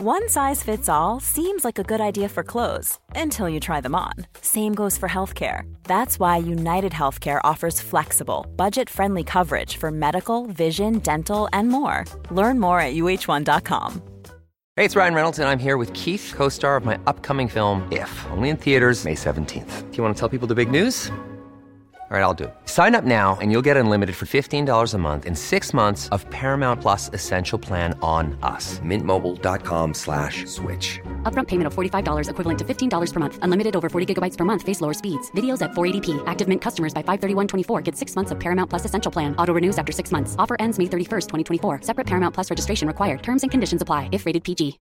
One size fits all seems like a good idea for clothes until you try them on. Same goes for healthcare. That's why United Healthcare offers flexible, budget-friendly coverage for medical, vision, dental, and more. Learn more at uh1.com. Hey, it's Ryan Reynolds, and I'm here with Keith, co-star of my upcoming film, If, only in theaters May 17th. Do you want to tell people the big news? All right, I'll do it. Sign up now and you'll get unlimited for $15 a month and 6 months of Paramount Plus Essential Plan on us. MintMobile.com/switch. Upfront payment of $45 equivalent to $15 per month. Unlimited over 40 gigabytes per month. Face lower speeds. Videos at 480p. Active Mint customers by 531.24 get 6 months of Paramount Plus Essential Plan. Auto renews after 6 months. Offer ends May 31st, 2024. Separate Paramount Plus registration required. Terms and conditions apply if rated PG.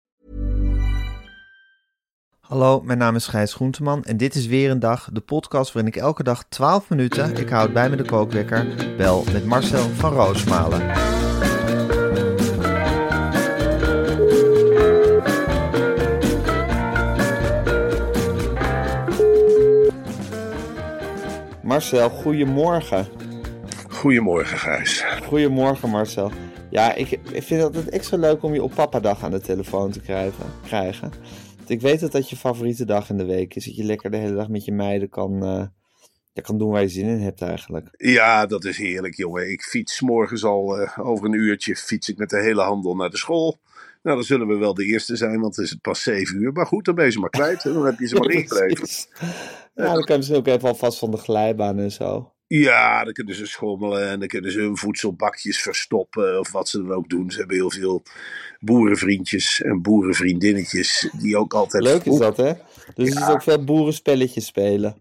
Hallo, mijn naam is Gijs Groenteman en dit is weer een dag, de podcast waarin ik elke dag 12 minuten, ik houd bij me de kookwekker, bel met Marcel van Roosmalen. Marcel, goedemorgen. Goedemorgen, Gijs. Goedemorgen, Marcel. Ja, ik vind het altijd extra leuk om je op papadag aan de telefoon te krijgen. Ik weet dat je favoriete dag in de week is. Dat je lekker de hele dag met je meiden kan doen waar je zin in hebt eigenlijk. Ja, dat is heerlijk, jongen. Ik fiets 's morgens al over een uurtje fiets ik met de hele handel naar de school. Nou, dan zullen we wel de eerste zijn, want het is pas 7 uur. Maar goed, dan ben je ze maar kwijt. En dan heb je ze maar ingeleverd. Ja, dan kan je ze ook even alvast van de glijbaan en zo. Ja, dan kunnen ze schommelen en dan kunnen ze hun voedselbakjes verstoppen of wat ze dan ook doen. Ze hebben heel veel boerenvriendjes en boerenvriendinnetjes die ook altijd... Leuk is dat, hè? Dus er is ook veel boerenspelletjes spelen.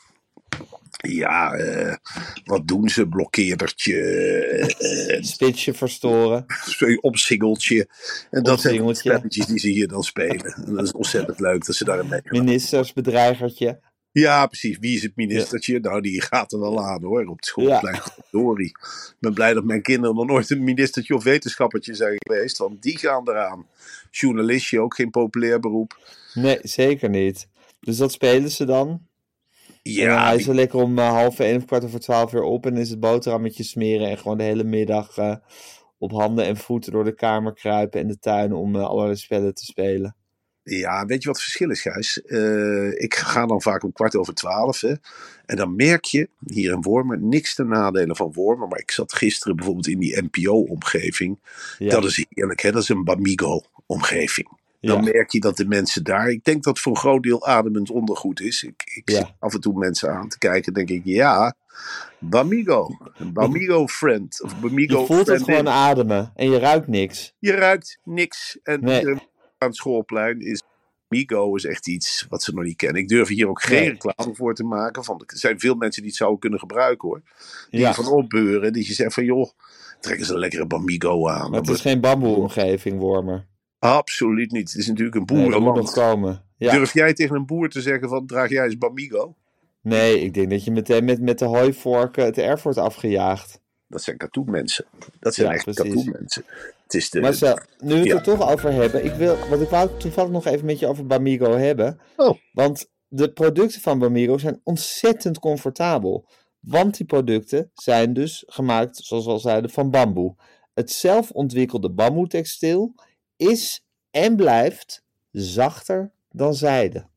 Ja, wat doen ze? Blokkeerdertje. Spitsje verstoren. Opsingeltje. En dat zijn de spelletjes die ze hier dan spelen. En dat is ontzettend leuk dat ze daarin mee kunnen. Ministersbedreigertje. Ja, precies. Wie is het ministertje? Ja. Nou, die gaat er wel aan hoor, op het schoolplein. Ja. Sorry. Ik ben blij dat mijn kinderen nog nooit een ministertje of wetenschappertje zijn geweest. Want die gaan eraan. Journalistje, ook geen populair beroep. Nee, zeker niet. Dus dat spelen ze dan? Ja. Hij is er lekker om 12:30 of 11:15 weer op. En dan is het boterhammetje smeren. En gewoon de hele middag op handen en voeten door de kamer kruipen. En de tuin om allerlei spellen te spelen. Ja, weet je wat het verschil is, Gijs? Ik ga dan vaak om 11:15. Hè? En dan merk je, hier in Wormer, niks ten nadele van Wormer. Maar ik zat gisteren bijvoorbeeld in die NPO-omgeving. Ja. Dat is heerlijk, hè? Dat is een Bamigo-omgeving. Dan merk je dat de mensen daar... Ik denk dat het voor een groot deel ademend ondergoed is. Ik zit af en toe mensen aan te kijken. Denk ik, ja, Bamigo. Een Bamigo-friend. Of Bamigo. Je voelt het gewoon ademen. En je ruikt niks. Je ruikt niks. En aan het schoolplein is Bamigo is echt iets wat ze nog niet kennen. Ik durf hier ook geen reclame voor te maken. Er zijn veel mensen die het zouden kunnen gebruiken, hoor. Die van opbeuren. Die je zegt van, joh, trekken ze een lekkere Bamigo aan. Maar het is geen bamboe-omgeving, Wormer. Absoluut niet. Het is natuurlijk een boerenland. Dat moet nog komen. Ja. Durf jij tegen een boer te zeggen van, draag jij eens Bamigo? Nee, ik denk dat je meteen met de hooivorken het erf wordt afgejaagd. Dat zijn katoenmensen. Dat zijn echt katoenmensen. Marcel, nu we het er toch over hebben. Want ik wou toevallig nog even met je over Bamigo hebben. Oh. Want de producten van Bamigo zijn ontzettend comfortabel. Want die producten zijn dus gemaakt, zoals we al zeiden, van bamboe. Het zelfontwikkelde bamboetextiel is en blijft zachter dan zijde.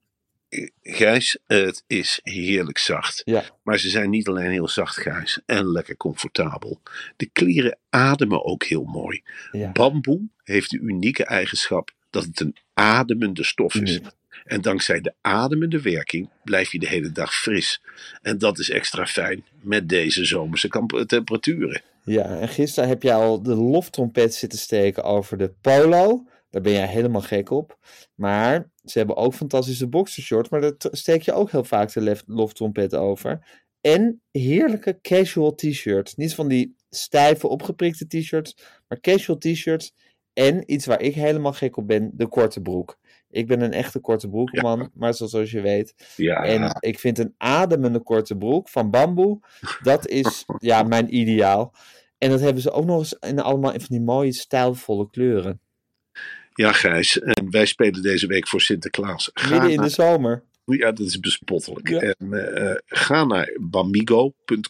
Gijs, het is heerlijk zacht. Ja. Maar ze zijn niet alleen heel zacht, Gijs, en lekker comfortabel. De kleren ademen ook heel mooi. Ja. Bamboe heeft de unieke eigenschap dat het een ademende stof is. En dankzij de ademende werking blijf je de hele dag fris. En dat is extra fijn met deze zomerse temperaturen. Ja, en gisteren heb jij al de loftrompet zitten steken over de polo. Daar ben jij helemaal gek op. Maar ze hebben ook fantastische boxershorts. Maar daar steek je ook heel vaak de loftrompet over. En heerlijke casual t-shirts. Niet van die stijve opgeprikte t-shirts. Maar casual t-shirts. En iets waar ik helemaal gek op ben. De korte broek. Ik ben een echte korte broekman. Maar zoals je weet. Ja. En ik vind een ademende korte broek van bamboe. Dat is mijn ideaal. En dat hebben ze ook nog eens in allemaal van die mooie stijlvolle kleuren. Ja, Gijs. En wij spelen deze week voor Sinterklaas. Midden in de zomer. Ja, dat is bespottelijk. Ja. En, ga naar bamigo.com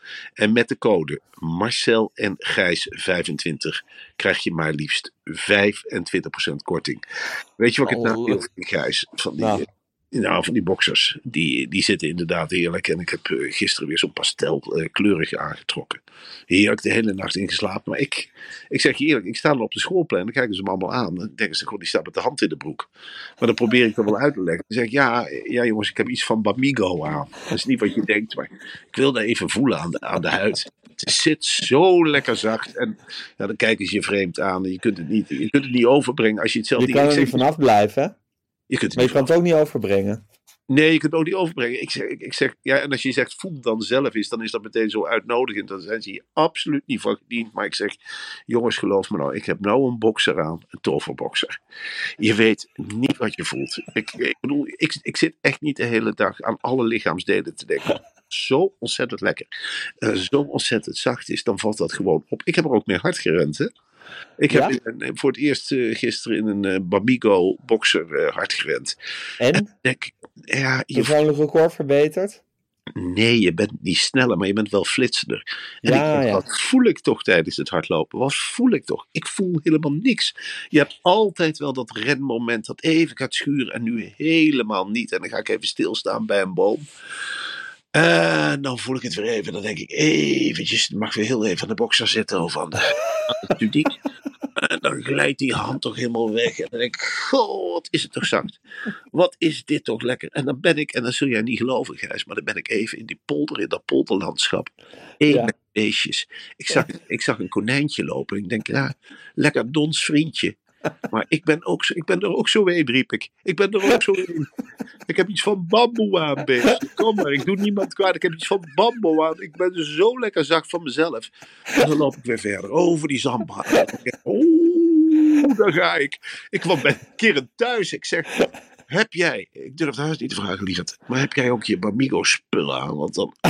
En met de code Marcel en Gijs 25 krijg je maar liefst 25% korting. Weet je wat ik het nou heel vind, Gijs? Van die boxers. Die zitten inderdaad heerlijk. En ik heb gisteren weer zo'n pastelkleurig aangetrokken. Heerlijk, de hele nacht ingeslapen. Maar ik zeg je eerlijk, ik sta dan op de schoolplein. Dan kijken ze me allemaal aan. Dan denken ze, die staat met de hand in de broek. Maar dan probeer ik dat wel uit te leggen. Dan zeg ik, ja jongens, ik heb iets van Bamigo aan. Dat is niet wat je denkt. Maar ik wil dat even voelen aan de huid. Het zit zo lekker zacht. En dan kijken ze je vreemd aan. En je kunt het niet overbrengen als je het zelf niet... Je kan er niet vanaf blijven, hè? Maar je kan het ook niet overbrengen. Nee, je kunt het ook niet overbrengen. Ik zeg, ja, en als je zegt voel dan zelf is, dan is dat meteen zo uitnodigend. Dan zijn ze hier absoluut niet voor gediend. Maar ik zeg, jongens, geloof me nou, ik heb nou een boxer aan, een toverboxer. Je weet niet wat je voelt. Ik bedoel, ik zit echt niet de hele dag aan alle lichaamsdelen te denken. Zo ontzettend lekker. Zo ontzettend zacht is, dan valt dat gewoon op. Ik heb er ook mee hard gerend, hè. Ik heb voor het eerst gisteren in een Bamigo boxer hard gerend. En? Persoonlijk record verbeterd? Nee, je bent niet sneller, maar je bent wel flitsender. En wat voel ik toch tijdens het hardlopen? Wat voel ik toch? Ik voel helemaal niks. Je hebt altijd wel dat renmoment dat even gaat schuren en nu helemaal niet. En dan ga ik even stilstaan bij een boom. Dan voel ik het weer even. Dan denk ik eventjes, mag weer heel even aan de boxer zitten of aan de studiek. En dan glijdt die hand toch helemaal weg. En dan denk ik, goh, wat is het toch zacht. Wat is dit toch lekker. En dan ben ik, en dat zul jij niet geloven, Gijs, maar dan ben ik even in die polder, in dat polderlandschap. Met beestjes. Ik zag een konijntje lopen. Ik denk, lekker dons vriendje. Maar ik ben er ook zo een, riep ik. Ik ben er ook zo een. Ik heb iets van bamboe aan, beest. Kom maar, ik doe niemand kwaad. Ik heb iets van bamboe aan. Ik ben zo lekker zacht van mezelf. En dan loop ik weer verder over die zandbaan. Daar ga ik. Ik kwam bij kinderen thuis. Ik zeg, heb jij, ik durf het huis niet te vragen, lieverd, maar heb jij ook je Bamigo spullen aan? Want dan,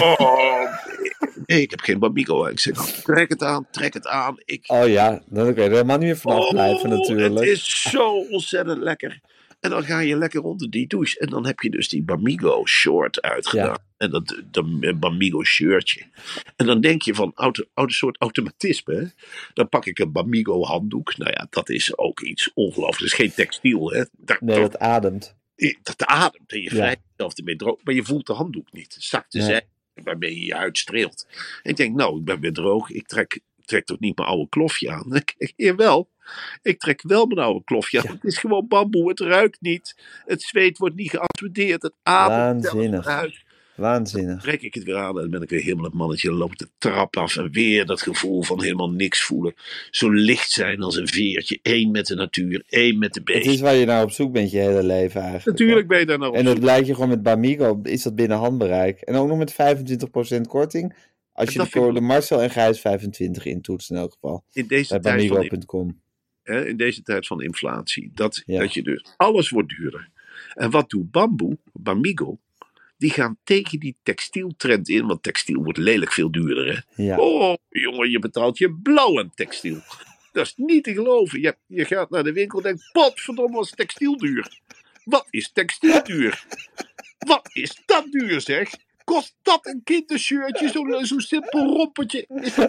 nee, ik heb geen Bamigo aan. Ik zeg, trek het aan. Dan kun je er helemaal niet meer vanaf blijven natuurlijk. Het is zo ontzettend lekker. En dan ga je lekker onder die douche. En dan heb je dus die Bamigo short uitgedaan. Ja. En dat Bamigo shirtje. En dan denk je van oude soort automatisme. Hè? Dan pak ik een Bamigo handdoek. Nou ja, dat is ook iets ongelooflijks. Het is geen textiel. Hè? Dat ademt. Dat ademt. En je vrijt jezelf ermee droog. Maar je voelt de handdoek niet. Zacht te zijn. Waarmee je je huid streelt. En ik denk, nou, ik ben weer droog. Ik trek toch niet mijn oude klofje aan. Jawel. Ik trek wel mijn oude klofje aan. Ja. Het is gewoon bamboe. Het ruikt niet. Het zweet wordt niet geabsorbeerd. Het ademt eruit. Waanzinnig. Dan trek ik het weer aan en dan ben ik weer helemaal het mannetje. Dan loop ik de trap af en weer dat gevoel van helemaal niks voelen. Zo licht zijn als een veertje. Eén met de natuur, één met de beest. Het is waar je naar op zoek bent je hele leven eigenlijk. Natuurlijk ben je daar naar op zoek. En dat blijkt je gewoon met Bamigo. Is dat binnen handbereik. En ook nog met 25% korting. Als je de code Marcel en Gijs 25 intoetst in elk geval. In deze bij Bamigo.com. In deze tijd van inflatie. Dat je dus, alles wordt duurder. En wat doet Bamigo? Die gaan tegen die textieltrend in. Want textiel wordt lelijk veel duurder. Hè? Ja. Oh, jongen, je betaalt je blauw aan textiel. Dat is niet te geloven. Je gaat naar de winkel en denkt, potverdomme, was textiel duur. Wat is textiel duur? Wat is dat duur, zeg? Kost dat een kindershirtje? Zo'n simpel rompertje?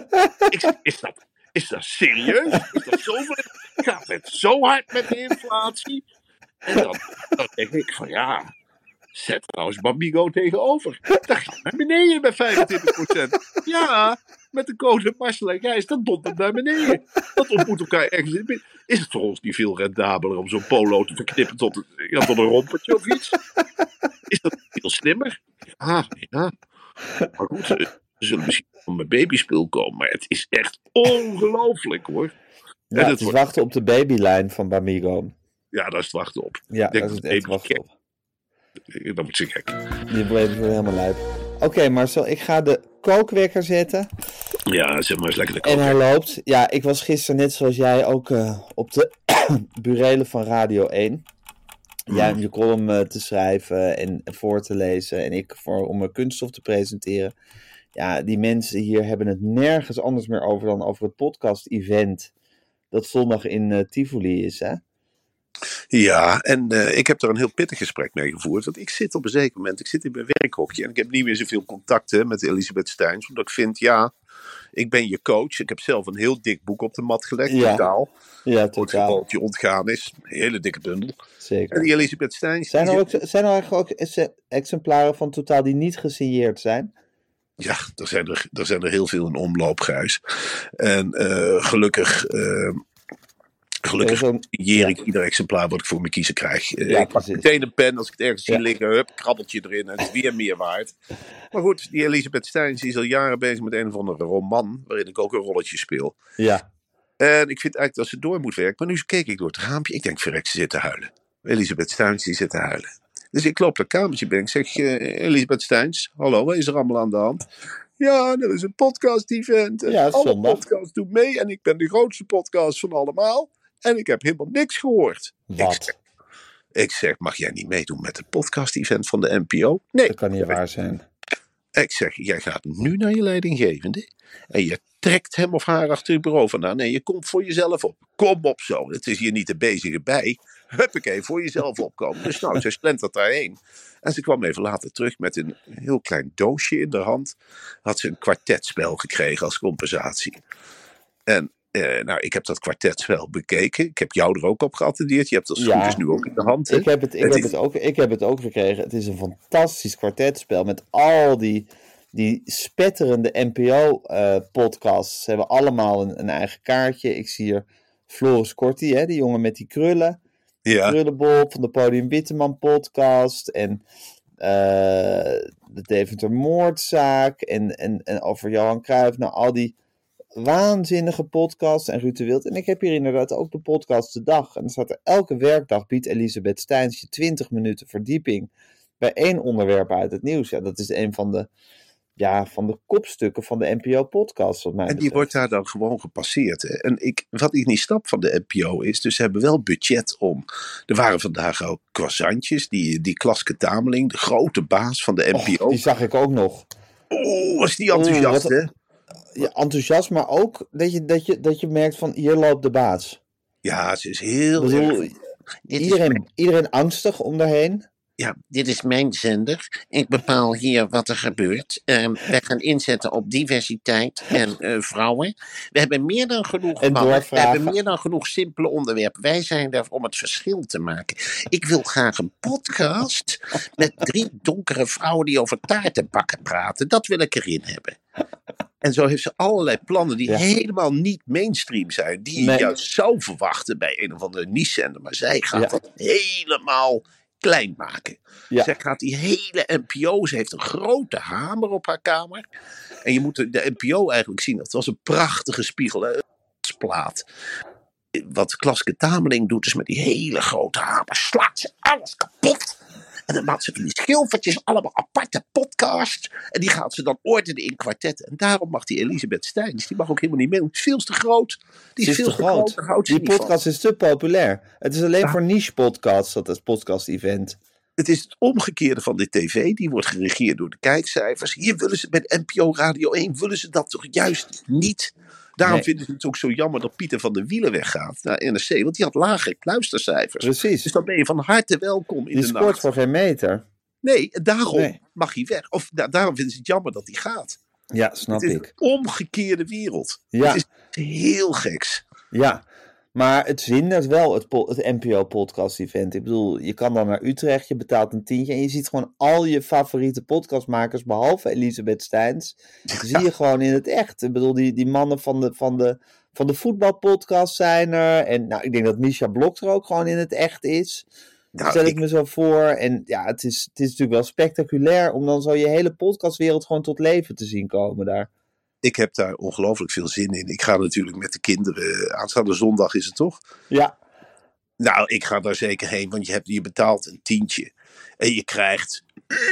Is dat serieus? Is dat zoveel? Gaat het zo hard met de inflatie? En dan denk ik van zet trouwens Bamigo tegenover. Dan gaat het naar beneden bij 25%. Ja, met de code Marcel en Gijs, dat dondert naar beneden. Dat ontmoet elkaar ergens in. Is het voor ons niet veel rendabeler om zo'n polo te verknippen tot een rompertje of iets? Is dat veel slimmer? Ja. Maar goed, ze zullen misschien van mijn babyspul komen. Maar het is echt ongelooflijk, hoor. Ja, het is wachten op de babylijn van Bamigo. Ja, daar is het wachten op. Ja, daar is het echt wachten op. Dat wordt zo gek. Die bleef helemaal lijp. Oké, Marcel, ik ga de kookwekker zetten. Ja, zeg maar eens lekker de kookwekker. En hij loopt. Ja, ik was gisteren net zoals jij ook op de burelen van Radio 1. Jij om je column te schrijven en voor te lezen. En ik om mijn kunststof te presenteren. Ja, die mensen hier hebben het nergens anders meer over dan over het podcast-event dat zondag in Tivoli is, hè? Ja, en ik heb er een heel pittig gesprek mee gevoerd. Want ik zit op een zeker moment, ik zit in mijn werkhokje en ik heb niet meer zoveel contacten met Elisabeth Steins. Omdat ik vind, ik ben je coach. Ik heb zelf een heel dik boek op de mat gelegd, totaal. Ja, Voor het totaal. geval het je ontgaan is. Een hele dikke bundel. Zeker. En die Elisabeth Steins... Zijn er eigenlijk ook exemplaren van Totaal die niet gesigneerd zijn? Ja, er zijn er heel veel in omloop, Gijs. En gelukkig signeer ik ieder exemplaar wat ik voor me kiezen krijg. Ik pak meteen een pen als ik het ergens zie liggen. Hup, krabbeltje erin en het is weer meer waard. Maar goed, die Elisabeth Steins is al jaren bezig met een of andere roman. Waarin ik ook een rolletje speel. Ja. En ik vind eigenlijk dat ze door moet werken. Maar nu keek ik door het raampje. Ik denk, verrek, ze zit te huilen. Elisabeth Steins, die zit te huilen. Dus ik loop naar het kamertje binnen. Ik zeg, Elisabeth Steins, hallo, wat is er allemaal aan de hand? Ja, dat is een podcast-event. Ja, alle podcasts doen mee. En ik ben de grootste podcast van allemaal. En ik heb helemaal niks gehoord. Wat? Ik zeg, mag jij niet meedoen met het podcast-event van de NPO? Nee. Dat kan niet waar zijn. Ik zeg, jij gaat nu naar je leidinggevende. En je trekt hem of haar achter je bureau vandaan. Nee, je komt voor jezelf op. Kom op zo. Het is hier niet de bezige bij. Huppakee, voor jezelf opkomen. Dus nou, zij slentert daarheen. En ze kwam even later terug met een heel klein doosje in de hand. Had ze een kwartetspel gekregen als compensatie. En ik heb dat kwartetspel bekeken. Ik heb jou er ook op geattendeerd. Je hebt het als goed is nu ook in de hand. Hè? Ik heb het ook gekregen. Het is een fantastisch kwartetspel met al die spetterende NPO-podcasts. Ze hebben allemaal een eigen kaartje. Ik zie hier Floris Corti, hè, die jongen met die krullen. Ja. Krullenbol van de Podium Witteman podcast. En de Deventer moordzaak. En over Johan Cruijff. Nou, al die waanzinnige podcasts en Ruud de Wild. En ik heb hier inderdaad ook de podcast De Dag. En dan staat er elke werkdag biedt Elisabeth Steins je 20 minuten verdieping bij één onderwerp uit het nieuws. Ja, dat is een van de kopstukken van de NPO-podcast. En die wordt daar dan gewoon gepasseerd. Hè? En wat ik niet snap van de NPO is, dus ze hebben wel budget om. Er waren vandaag ook croissantjes, die Klaske Tameling, de grote baas van de NPO. Die zag ik ook nog. Was die enthousiast, hè? Ja, enthousiast, maar ook dat je merkt van hier loopt de baas. Ja, ze is heel erg... Iedereen angstig om daarheen. Ja, dit is mijn zender. Ik bepaal hier wat er gebeurt. Wij gaan inzetten op diversiteit en vrouwen. We hebben meer dan genoeg mannen. We hebben meer dan genoeg simpele onderwerpen. Wij zijn daar om het verschil te maken. Ik wil graag een podcast met 3 donkere vrouwen die over taartenbakken praten. Dat wil ik erin hebben. En zo heeft ze allerlei plannen die helemaal niet mainstream zijn. Die je juist zou verwachten bij een of andere niche-zender. Maar zij gaat dat helemaal klein maken. Ja. Zij gaat die hele NPO, ze heeft een grote hamer op haar kamer. En je moet de NPO eigenlijk zien, dat was een prachtige spiegelplaat. Wat Klaske Tameling doet is met die hele grote hamer slaat ze alles kapot. En dan maakt ze van die schilfertjes allemaal aparte podcast. En die gaat ze dan ordenen in kwartetten. En daarom mag die Elisabeth Steins, die mag ook helemaal niet mee. Die is veel te groot. Die is veel te groot. Die podcast is te populair. Het is alleen voor niche podcasts, dat is podcast-event. Het is het omgekeerde van de tv. Die wordt geregeerd door de kijkcijfers. Hier willen ze bij NPO Radio 1 willen ze dat toch juist niet. Daarom vinden ze het ook zo jammer dat Pieter van der Wielen weggaat naar NRC. Want die had lage luistercijfers. Precies. Dus dan ben je van harte welkom in de nacht. Die sport voor geen meter. Nee, daarom mag hij weg. Of daarom vinden ze het jammer dat hij gaat. Ja, snap ik. Het is een omgekeerde wereld. Ja. Het is heel geks. Ja, maar het zindert wel het NPO-podcast-event. Ik bedoel, je kan dan naar Utrecht, je betaalt een tientje... en je ziet gewoon al je favoriete podcastmakers... behalve Elisabeth Steins, zie je gewoon in het echt. Ik bedoel, die mannen van de voetbalpodcast zijn er... en nou, ik denk dat Misha Blok er ook gewoon in het echt is... Nou, stel ik me zo voor. En ja, het is natuurlijk wel spectaculair... om dan zo je hele podcastwereld gewoon tot leven te zien komen daar. Ik heb daar ongelooflijk veel zin in. Ik ga natuurlijk met de kinderen... Aanstaande zondag is het toch? Ja. Nou, ik ga daar zeker heen. Want je betaalt een tientje. En je krijgt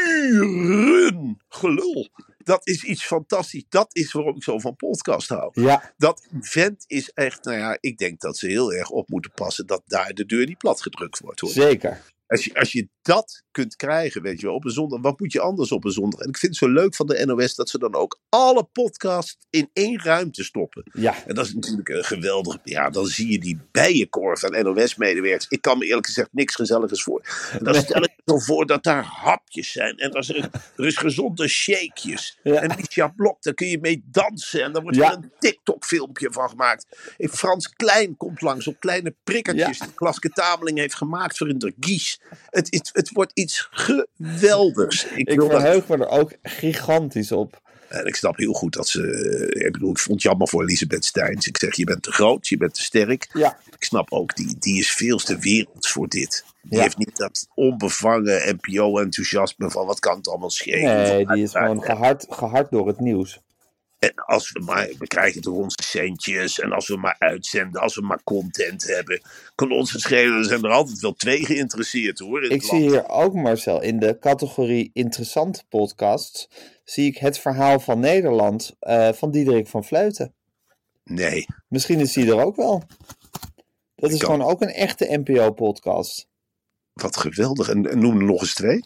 uren gelul. Dat is iets fantastisch. Dat is waarom ik zo van podcast hou. Ja. Dat event is echt... Nou ja, ik denk dat ze heel erg op moeten passen... dat daar de deur niet platgedrukt wordt, hoor. Zeker. Als je dat kunt krijgen, weet je wel, op een zondag. Wat moet je anders op een zondag? En ik vind het zo leuk van de NOS dat ze dan ook alle podcasts in één ruimte stoppen. Ja. En dat is natuurlijk geweldig. Ja, dan zie je die bijenkorf aan NOS-medewerkers. Ik kan me eerlijk gezegd niks gezelligers voor. En dan stel ik me zo voor dat daar hapjes zijn. En er is gezonde shakejes. Ja. En Misha Blok, daar kun je mee dansen. En dan wordt er een TikTok-filmpje van gemaakt. Frans Klein komt langs op kleine prikkertjes. Die Klaske Tameling heeft gemaakt voor in de Gies. Het wordt iets geweldigs. Ik verheug me er ook gigantisch op. En ik snap heel goed dat ze... ik vond het jammer voor Elisabeth Steins. Ik zeg, je bent te groot, je bent te sterk. Ja. Ik snap ook, die is veel te werelds voor dit. Die heeft niet dat onbevangen NPO-enthousiasme van wat kan het allemaal schelen. Nee, die is gewoon gehard door het nieuws. En als we krijgen toch onze centjes. En als we maar uitzenden, als we maar content hebben. Kan ons het schelen, er zijn er altijd wel 2 geïnteresseerd hoor. Ik zie hier ook, Marcel, in de categorie interessante podcasts, zie ik het verhaal van Nederland van Diederik van Vleuten. Nee. Misschien is die er ook wel. Dat is gewoon ook een echte NPO-podcast. Wat geweldig. En noem er nog eens 2.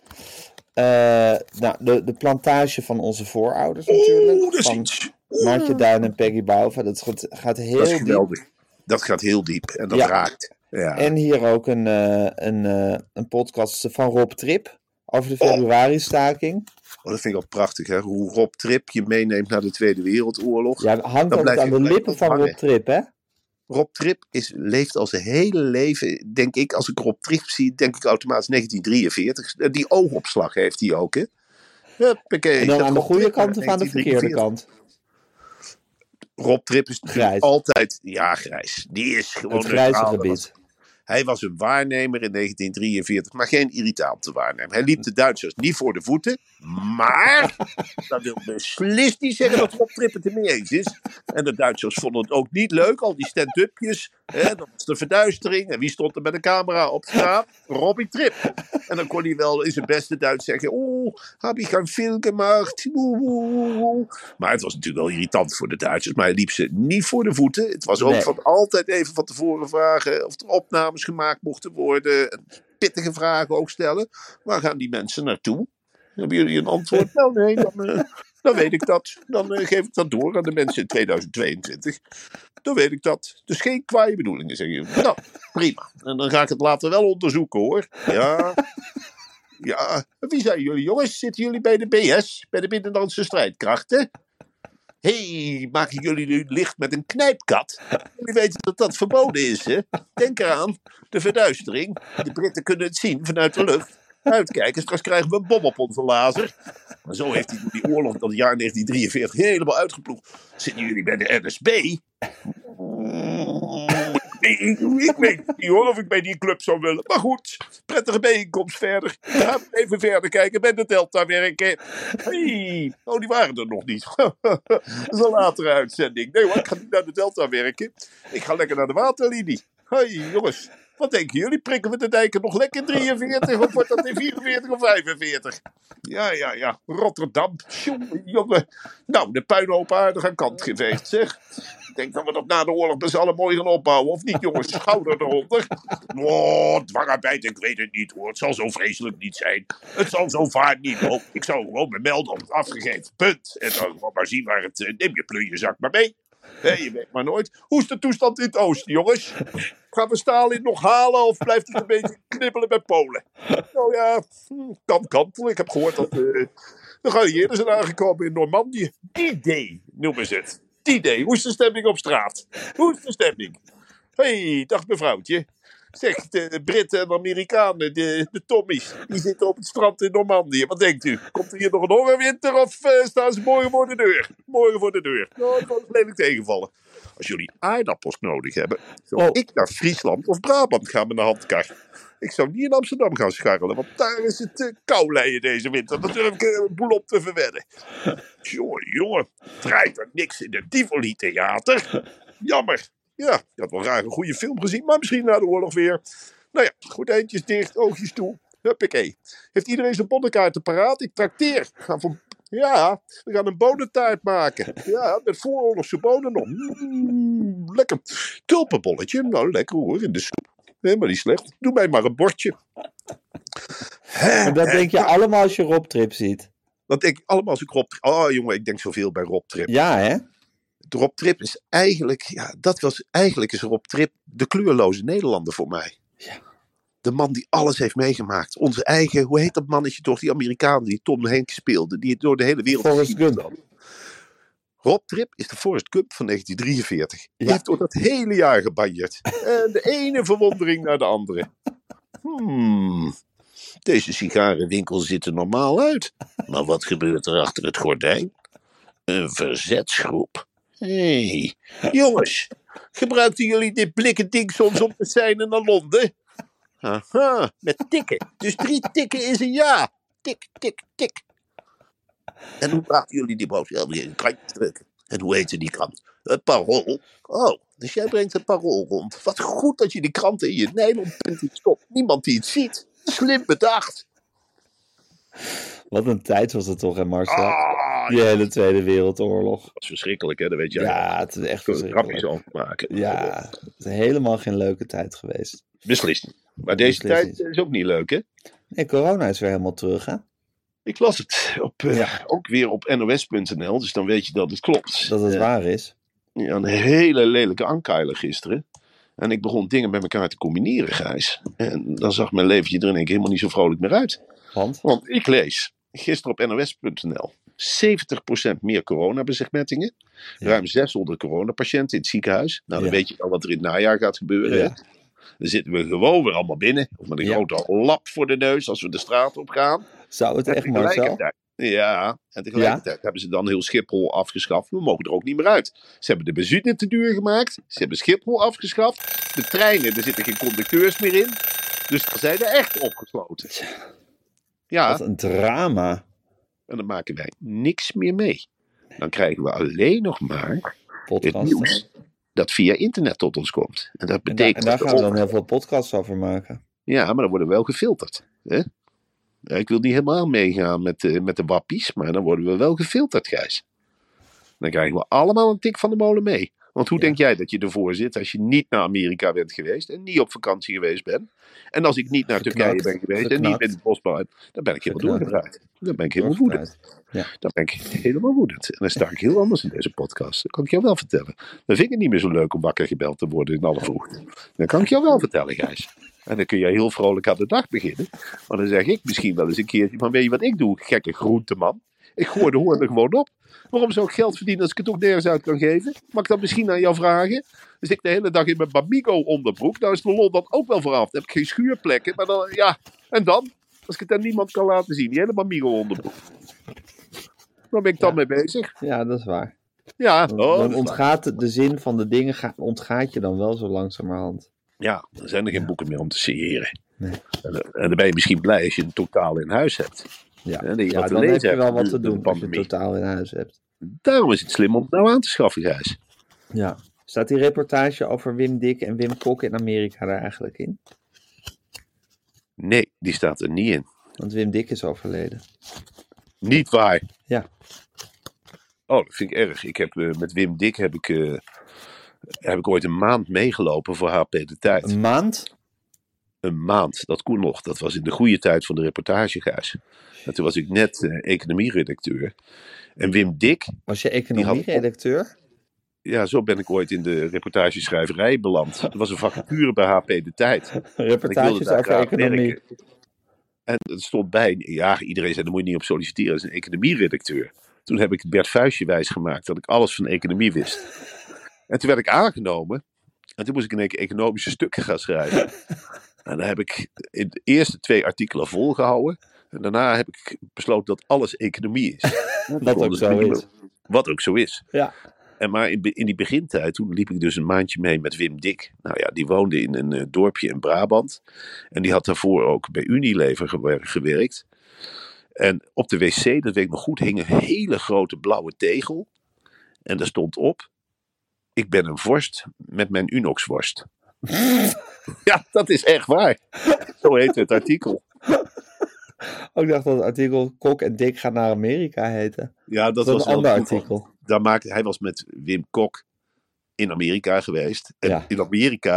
De plantage van onze voorouders natuurlijk. Dat is van iets. Maartje Duin en Peggy Bouva. Dat gaat heel dat is geweldig. diep. Dat gaat heel diep en dat raakt. Ja. En hier ook een podcast van Rob Trip over de februari-staking. Dat vind ik al prachtig, hè? Hoe Rob Trip je meeneemt naar de Tweede Wereldoorlog. Ja, dat hangt ook aan de lippen van Rob Trip, hè? Rob Trip leeft al zijn hele leven, denk ik, als ik Rob Trip zie, denk ik automatisch 1943. Die oogopslag heeft hij ook, hè? Huppakee, en dan aan de goede kant of aan de verkeerde kant? Rob Trip is natuurlijk altijd, grijs. Die is gewoon het grijze gebied. Hij was een waarnemer in 1943, maar geen irritante waarnemer. Hij liep de Duitsers niet voor de voeten, maar dat wil beslist niet zeggen dat Rob Trip het ermee eens is. En de Duitsers vonden het ook niet leuk, al die stand-upjes. Dat was de verduistering. En wie stond er met een camera op straat? Robbie Trip. En dan kon hij wel in zijn beste Duits zeggen, heb ik een film gemaakt? Maar het was natuurlijk wel irritant voor de Duitsers, maar hij liep ze niet voor de voeten. Het was ook van altijd even van tevoren vragen of er opnames gemaakt mochten worden. Pittige vragen ook stellen. Waar gaan die mensen naartoe? Hebben jullie een antwoord? Nou nee, dan weet ik dat. Dan geef ik dat door aan de mensen in 2022. Dan weet ik dat. Dus geen kwaaie bedoelingen, zeggen jullie. Nou, prima. En dan ga ik het later wel onderzoeken, hoor. Ja. Ja. Wie zijn jullie, jongens? Zitten jullie bij de BS? Bij de Binnenlandse Strijdkrachten? Maken jullie nu licht met een knijpkat? Jullie weten dat dat verboden is, hè? Denk eraan. De verduistering. De Britten kunnen het zien vanuit de lucht. Uitkijken, straks krijgen we een bom op onze laser. Maar zo heeft hij door die oorlog dat het jaar 1943 helemaal uitgeploegd. Zitten jullie bij de NSB? Ik weet niet hoor of ik bij die club zou willen. Maar goed, prettige bijeenkomst verder. Gaan we even verder kijken bij de Delta werken. Die waren er nog niet. Dat is een latere uitzending. Nee hoor, ik ga niet naar de Delta werken. Ik ga lekker naar de waterlinie. Jongens. Wat denken jullie? Prikken we de dijken nog lekker in 43 of wordt dat in 44 of 45? Ja. Rotterdam. Jongen. Nou, de puinhoop aardig aan kant geveegd, zeg. Ik denk dat we dat na de oorlog met z'n allen mooi gaan opbouwen. Of niet, jongens? Schouder eronder. Dwangarbeid, ik weet het niet, hoor. Het zal zo vreselijk niet zijn. Het zal zo vaart niet lopen. Ik zou gewoon me melden op het afgegeven punt. En dan maar zien waar het... neem je plunjezak maar mee. Je weet maar nooit. Hoe is de toestand in het oosten, jongens? Gaan we Stalin nog halen of blijft het een beetje knibbelen met Polen? Nou ja, kan kantelen. Ik heb gehoord dat de geallieerden zijn aangekomen in Normandië. D-Day noemen ze het. D-Day. Hoe is de stemming op straat? Hoe is de stemming? Dag mevrouwtje. Zeg, de Britten en Amerikanen, de Tommies, die zitten op het strand in Normandië. Wat denkt u? Komt er hier nog een hongerwinter of staan ze morgen voor de deur? Morgen voor de deur. Nou, dat kan eens lelijk tegenvallen. Als jullie aardappels nodig hebben, zou ik naar Friesland of Brabant gaan met een handkar. Ik zou niet in Amsterdam gaan scharrelen, want daar is het kouleien deze winter. Daar durf ik een boel op te verwedden. Jongen, draait er niks in het Tivoli Theater? Jammer. Ja, ik had wel graag een goede film gezien, maar misschien na de oorlog weer. Nou ja, gordijntjes dicht, oogjes toe. Huppakee. Heeft iedereen zijn bonnenkaarten paraat? Ik trakteer. We gaan een bonentaart maken. Ja, met vooroorlogse bonen nog. Lekker. Tulpenbolletje. Nou, lekker hoor, in de soep. Helemaal niet slecht. Doe mij maar een bordje. Maar dat denk je allemaal als je Rob Trip ziet. Dat denk ik allemaal als ik Rob Trip... Oh jongen, ik denk zoveel bij Rob Trip. Ja, hè? Rob Trip is eigenlijk... Ja, eigenlijk is Rob Trip de kleurloze Nederlander voor mij. Ja. De man die alles heeft meegemaakt. Onze eigen... Hoe heet dat mannetje toch? Die Amerikaan die Tom Hanks speelde. Die het door de hele wereld... Forrest Gump. Rob Trip is de Forrest Gump van 1943. Die Ja. heeft door dat hele jaar gebanjerd. En de ene verwondering naar de andere. Deze sigarenwinkel ziet er normaal uit. Maar wat gebeurt er achter het gordijn? Een verzetsgroep. Hé, jongens. Gebruikten jullie dit blikken ding soms om te seinen naar Londen? Aha, met tikken. Dus 3 tikken is een ja. Tik, tik, tik. En hoe brachten jullie die brood? Ja, weer een krantje drukken. En hoe heette die krant? Het Parool. Oh, dus jij brengt het Parool rond. Wat goed dat je die kranten in je nylonpunt stopt. Niemand die het ziet. Slim bedacht. Wat een tijd was het toch, hè Marcel? Die Ja. hele Tweede Wereldoorlog. Dat is verschrikkelijk, hè? Dat weet jij. Ja, het is echt Kun je er grapjes verschrikkelijk. over maken. Ja, het is helemaal geen leuke tijd geweest. Beslist niet. Maar deze Beslist tijd niet. is ook niet leuk, hè? Nee, corona is weer helemaal terug, hè? Ik las het ook weer op nos.nl, dus dan weet je dat het klopt. Dat het waar is. Ja, een hele lelijke ankeiler gisteren. En ik begon dingen met elkaar te combineren, Gijs. En dan zag mijn leventje er in één keer helemaal niet zo vrolijk meer uit. Want ik lees gisteren op nos.nl 70% meer coronabesmettingen. Ja. Ruim 600 coronapatiënten in het ziekenhuis. Nou, dan Ja. weet je al wat er in het najaar gaat gebeuren. Ja. Hè? Dan zitten we gewoon weer allemaal binnen. Of met een Ja. grote lap voor de neus als we de straat op gaan. Zou het En echt, Marcel? tegelijkertijd hebben ze dan heel Schiphol afgeschaft. We mogen er ook niet meer uit. Ze hebben de benzine te duur gemaakt. Ze hebben Schiphol afgeschaft. De treinen, er zitten geen conducteurs meer in. Dus dan zijn er echt opgesloten. Ja, Wat een drama. en dan maken wij niks meer mee. Dan krijgen we alleen nog maar het Podcasten. nieuws dat via internet tot ons komt. En dat En, betekent daar dat we gaan we dan ook- heel veel podcasts over maken. Ja, maar dan worden we wel gefilterd. Hè? Ja, ik wil niet helemaal meegaan met de wappies, maar dan worden we wel gefilterd, Gijs. Dan krijgen we allemaal een tik van de molen mee. Want hoe denk jij dat je ervoor zit als je niet naar Amerika bent geweest en niet op vakantie geweest bent? En als ik niet naar Geknakt, Turkije ben geweest en niet geknakt. in het bosbouw, dan ben ik helemaal Geknakt. doorgedraaid. Dan ben ik helemaal woedend. Ja. Dan ben ik helemaal woedend. En dan sta ik heel anders in deze podcast. Dat kan ik jou wel vertellen. Dan vind ik het niet meer zo leuk om wakker gebeld te worden in alle vroegte. Dat kan ik jou wel vertellen, Gijs. En dan kun je heel vrolijk aan de dag beginnen. Maar dan zeg ik misschien wel eens een keertje van, weet je wat ik doe, gekke groenteman? Ik gooi de hoorn er gewoon op. Waarom zou ik geld verdienen als ik het ook nergens uit kan geven? Mag ik dat misschien aan jou vragen? Dan zit ik de hele dag in mijn Bamigo onderbroek. Nou is de lol dan ook wel vooraf. Dan heb ik geen schuurplekken. Maar dan, ja, en dan? Als ik het aan niemand kan laten zien. Die hele Bamigo onderbroek. Waar ben ik dan mee bezig? Ja, dat is waar. Ja, Dan, oh, dan dat is waar. ontgaat de zin van de dingen ontgaat je dan wel zo langzamerhand. Ja, dan zijn er geen boeken meer om te signeren. Nee. En dan ben je misschien blij als je een totaal in huis hebt. Ja, Ja, dat je ja wat te dan lezen heb je wel hebt wat te door de doen als je pandemie. totaal in huis hebt. Daarom is het slim om het nou aan te schaffen, Gijs. Ja. Staat die reportage over Wim Dik en Wim Kok in Amerika daar eigenlijk in? Nee, die staat er niet in. Want Wim Dik is overleden. Niet waar. Ja. Oh, dat vind ik erg. Ik heb, met Wim Dik heb ik ooit een maand meegelopen voor HP De Tijd. Een maand? Een maand, dat kon nog. Dat was in de goede tijd van de reportage, Gijs. En toen was ik net economieredacteur. En Wim Dik, Was je economie-redacteur? ja, zo ben ik ooit in de reportageschrijverij beland. Er was een vacature bij HP De Tijd. En ik wilde Reportages daar over graag economie. werken. En het stond bij, ja, iedereen zei, daar moet je niet op solliciteren. Dat is een economieredacteur. Toen heb ik Bert Vuistje wijsgemaakt dat ik alles van economie wist. En toen werd ik aangenomen. En toen moest ik in één keer economische stukken gaan schrijven. En dan heb ik in de eerste 2 artikelen volgehouden. En daarna heb ik besloten dat alles economie is. Wat ook zo is. Wat ook zo is. Ja. En maar in die begintijd, toen liep ik dus een maandje mee met Wim Dik. Nou ja, die woonde in een dorpje in Brabant. En die had daarvoor ook bij Unilever gewerkt. En op de wc, dat weet ik nog goed, hing een hele grote blauwe tegel. En daar stond op: ik ben een vorst met mijn Unox-worst. Ja, dat is echt waar. Zo heet het artikel. Ik dacht dat het artikel Kok en Dik gaan naar Amerika heette. Ja, dat Dat was was een wel ander toeval. artikel. Hij was met Wim Kok in Amerika geweest. En Ja. in Amerika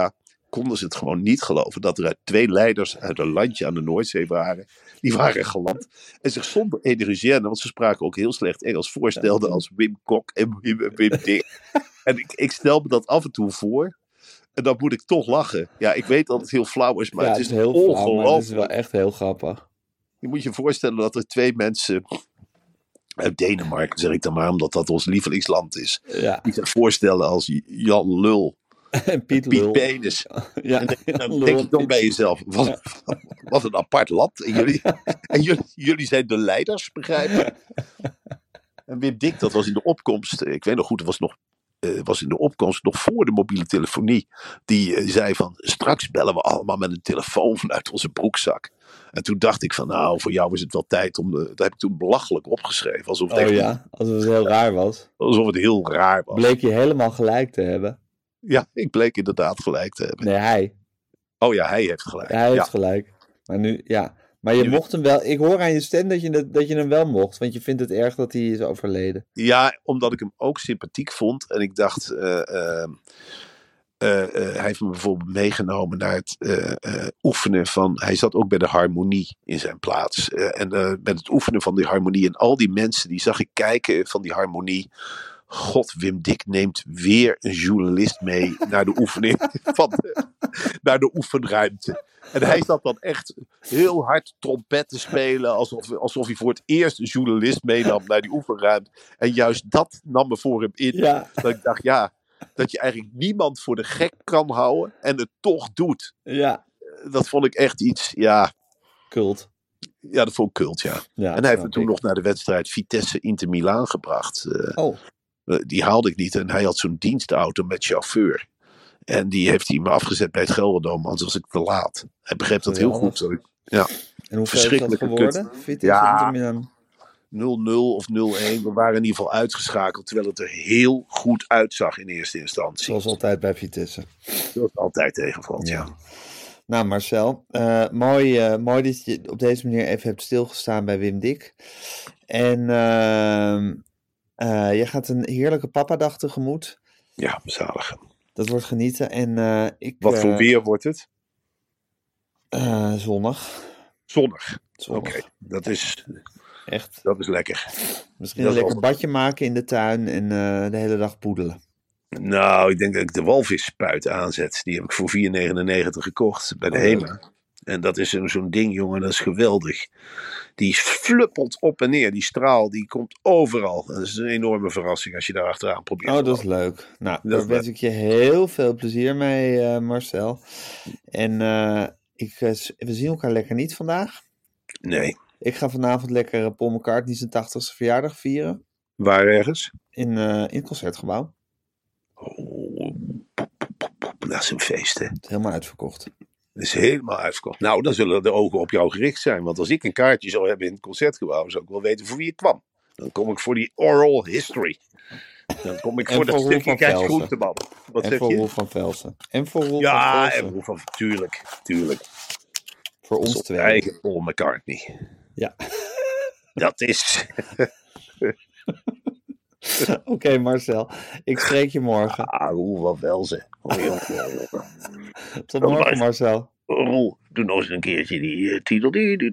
konden ze het gewoon niet geloven dat er 2 leiders uit een landje aan de Noordzee waren. Die waren geland en zich zonder energie, want ze spraken ook heel slecht Engels, voorstelden als Wim Kok en Wim Dik. En ik stel me dat af en toe voor. En dan moet ik toch lachen. Ja, ik weet dat het heel flauw is, maar het is heel ongelooflijk. Flauw, het is wel echt heel grappig. Je moet je voorstellen dat er 2 mensen uit Denemarken, zeg ik dan maar, omdat dat ons lievelingsland is. Ja. Die zich voorstellen als Jan Lul. En Piet Lul. Penis. Ja, en dan denk je toch bij jezelf, wat een apart land. En jullie zijn de leiders, begrijp je? En Wim Dik, dat was in de opkomst. Ik weet nog goed, was in de opkomst nog voor de mobiele telefonie. Die zei van, straks bellen we allemaal met een telefoon vanuit onze broekzak. En toen dacht ik van, nou, voor jou is het wel tijd om... Dat heb ik toen belachelijk opgeschreven. Alsof het alsof het heel raar was. Alsof het heel raar was. Bleek je helemaal gelijk te hebben? Ja, ik bleek inderdaad gelijk te hebben. Nee, hij. Oh ja, hij heeft gelijk. Hij heeft gelijk. Maar nu, ja. Maar je mocht hem wel... Ik hoor aan je stem dat je hem wel mocht. Want je vindt het erg dat hij is overleden. Ja, omdat ik hem ook sympathiek vond. En ik dacht... hij heeft me bijvoorbeeld meegenomen naar het oefenen van... Hij zat ook bij de harmonie in zijn plaats. En met het oefenen van die harmonie. En al die mensen die zag ik kijken van die harmonie... God, Wim Dik neemt weer een journalist mee naar de oefening naar de oefenruimte. En hij zat dan echt heel hard trompet te spelen, alsof hij voor het eerst een journalist meenam naar die oefenruimte. En juist dat nam me voor hem in. Ja. Dat ik dacht, dat je eigenlijk niemand voor de gek kan houden en het toch doet. Ja. Dat vond ik echt iets, Cult. Ja, dat vond ik cult, ja. En hij heeft me toen nog naar de wedstrijd Vitesse Inter Milaan gebracht. Die haalde ik niet en hij had zo'n dienstauto met chauffeur. En die heeft hij me afgezet bij het Gelderdoom, anders was ik te laat. Hij begreep dat heel goed. En hoeveel is dat geworden? Vitesse 0-0 of 0-1. We waren in ieder geval uitgeschakeld, terwijl het er heel goed uitzag in eerste instantie. Zoals altijd bij Vitesse. Zoals altijd tegenvalt, ja. Nou Marcel, mooi dat je op deze manier even hebt stilgestaan bij Wim Dik. En je gaat een heerlijke papadag tegemoet. Ja, zalig. Dat wordt genieten. En, wat voor weer wordt het? Zonnig. Zonnig. Oké, dat is... Echt? Dat is lekker. Misschien een lekker badje maken in de tuin en de hele dag poedelen. Nou, ik denk dat ik de walvisspuit aanzet. Die heb ik voor €4,99 gekocht bij de HEMA. En dat is zo'n ding, jongen, dat is geweldig. Die fluppelt op en neer. Die straal, die komt overal. Dat is een enorme verrassing als je daar achteraan probeert. Oh, dat is leuk. Nou, daar wens ik je heel veel plezier mee, Marcel. En we zien elkaar lekker niet vandaag. Nee. Ik ga vanavond lekker Paul McCartney zijn 80ste verjaardag vieren. Waar ergens? In het Concertgebouw. Oh, dat is een feest, hè? Het is helemaal uitverkocht. Het is helemaal uitverkocht. Nou, dan zullen de ogen op jou gericht zijn. Want als ik een kaartje zou hebben in het Concertgebouw, zou ik wel weten voor wie ik kwam. Dan kom ik voor die oral history. Dan kom ik voor dat stukje Gijs Groenteman. Wat en zeg voor je? Roel van Velsen. En voor Roel van Velsen. Ja, en Roel van... Tuurlijk. Voor ons twee. Eigen Paul McCartney. Ja. Dat is... Oké, Marcel. Ik spreek je morgen. Roel van Velsen. Tot morgen, Marcel. Roel, doe nog eens een keertje die titel.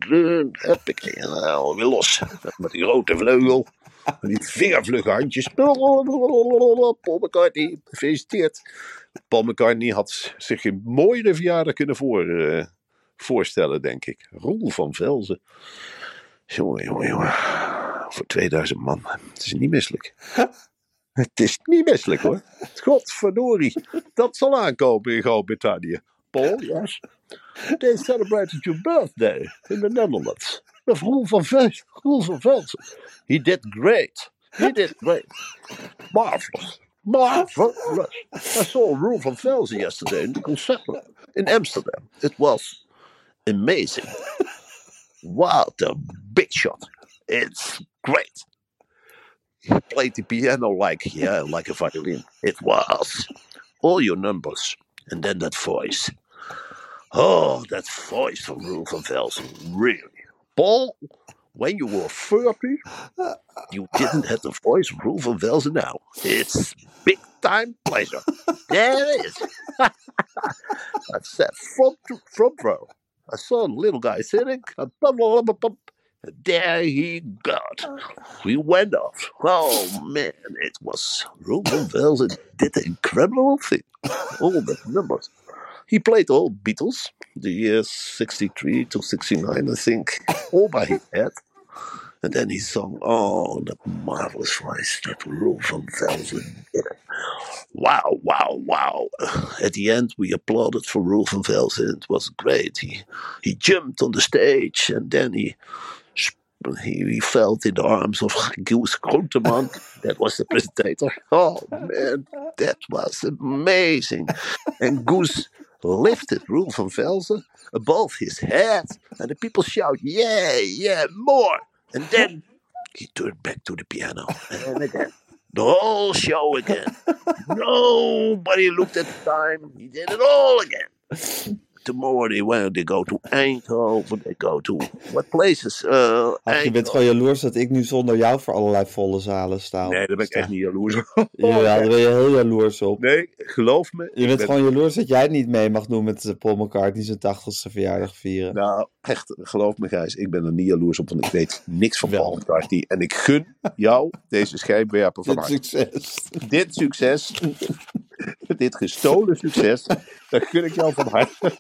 Nou, weer los. Met die rode vleugel. Met die vingervlugge handjes. Paul McCartney, gefeliciteerd. Paul McCartney had zich geen mooiere verjaardag kunnen voorstellen, denk ik. Roel van Velsen. Jongen. Voor 2000 man. Het is niet misselijk. Het is niet misselijk, hoor. Godverdorie. Dat zal aankomen in Groot-Brittannië. Paul, yes. They celebrated your birthday in the Netherlands. With Roel van Velsen. He did great. Marvelous. I saw Roel van Velsen yesterday in the concert in Amsterdam. It was amazing. What a big shot. It's great. He played the piano like a violin. It was. All your numbers. And then that voice. Oh, that voice from Roel van Velsen. Really. Paul, when you were 30, you didn't have the voice of Roel van Velzen now. It's big time pleasure. There it is. I sat front row. I saw the little guy sitting. And there he got. We went off. Oh man, it was Roel van Velzen did the incredible thing. All the numbers. He played all Beatles, the years 63 to 69, I think, all by his head. And then he sung, the marvelous voice that Roel van Velzen did. Wow, wow, wow. At the end, we applauded for Roel van Velzen. It was great. He jumped on the stage and then he felt in the arms of Guus Groenteman. That was the presentator. Oh, man, that was amazing. And Guus lifted Roel van Velzen above his head. And the people shout, yeah, more. And then he turned back to the piano. And again, the whole show again. Nobody looked at the time. He did it all again. Tomorrow they go to Eindhoven, they go to what places? Je bent gewoon jaloers dat ik nu zonder jou voor allerlei volle zalen sta. Nee, daar ben ik echt niet jaloers op. Jawel, daar ben je heel jaloers op. Nee, geloof me. Je bent gewoon jaloers dat jij het niet mee mag doen met Paul McCartney zijn 80ste verjaardag vieren. Nou, echt, geloof me Gijs, ik ben er niet jaloers op, want ik weet niks van Paul McCartney. En ik gun jou deze schijnwerper van Dit succes. Dit gestolen succes, dat gun ik jou van harte.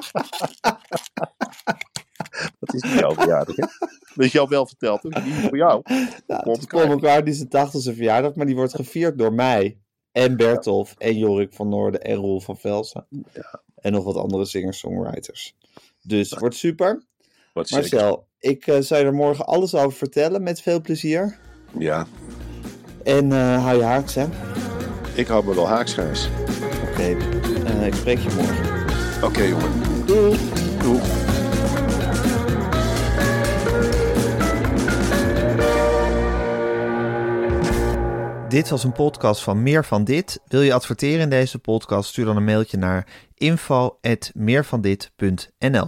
Dat is niet jouw verjaardag, hè? Dat is jou wel verteld, hè? Niet voor jou. Nou, het is Paul McCartney zijn 80ste verjaardag, maar die wordt gevierd door mij. En Bertolf, en Jorik van Noorden, en Roel van Velzen. Ja. En nog wat andere singer-songwriters. Dus het wordt super. Marcel, zeker. Ik zou je er morgen alles over vertellen, met veel plezier. Ja. En hou je haaks, hè? Ik hou me wel haaks, Gijs. Oké, ik spreek je morgen. Oké, jongen. Doei. Doei. Dit was een podcast van Meer van Dit. Wil je adverteren in deze podcast? Stuur dan een mailtje naar info@meervandit.nl.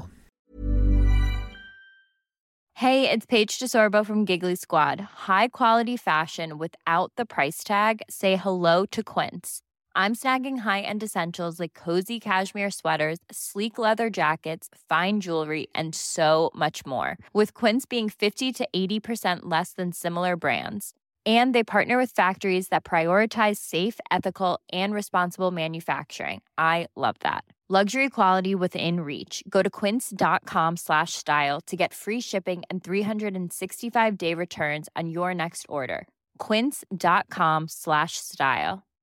Hey, it's Paige DeSorbo from Giggly Squad. High quality fashion without the price tag. Say hello to Quince. I'm snagging high-end essentials like cozy cashmere sweaters, sleek leather jackets, fine jewelry, and so much more. With Quince being 50 to 80% less than similar brands. And they partner with factories that prioritize safe, ethical, and responsible manufacturing. I love that. Luxury quality within reach. Go to quince.com/style to get free shipping and 365-day returns on your next order. Quince.com/style.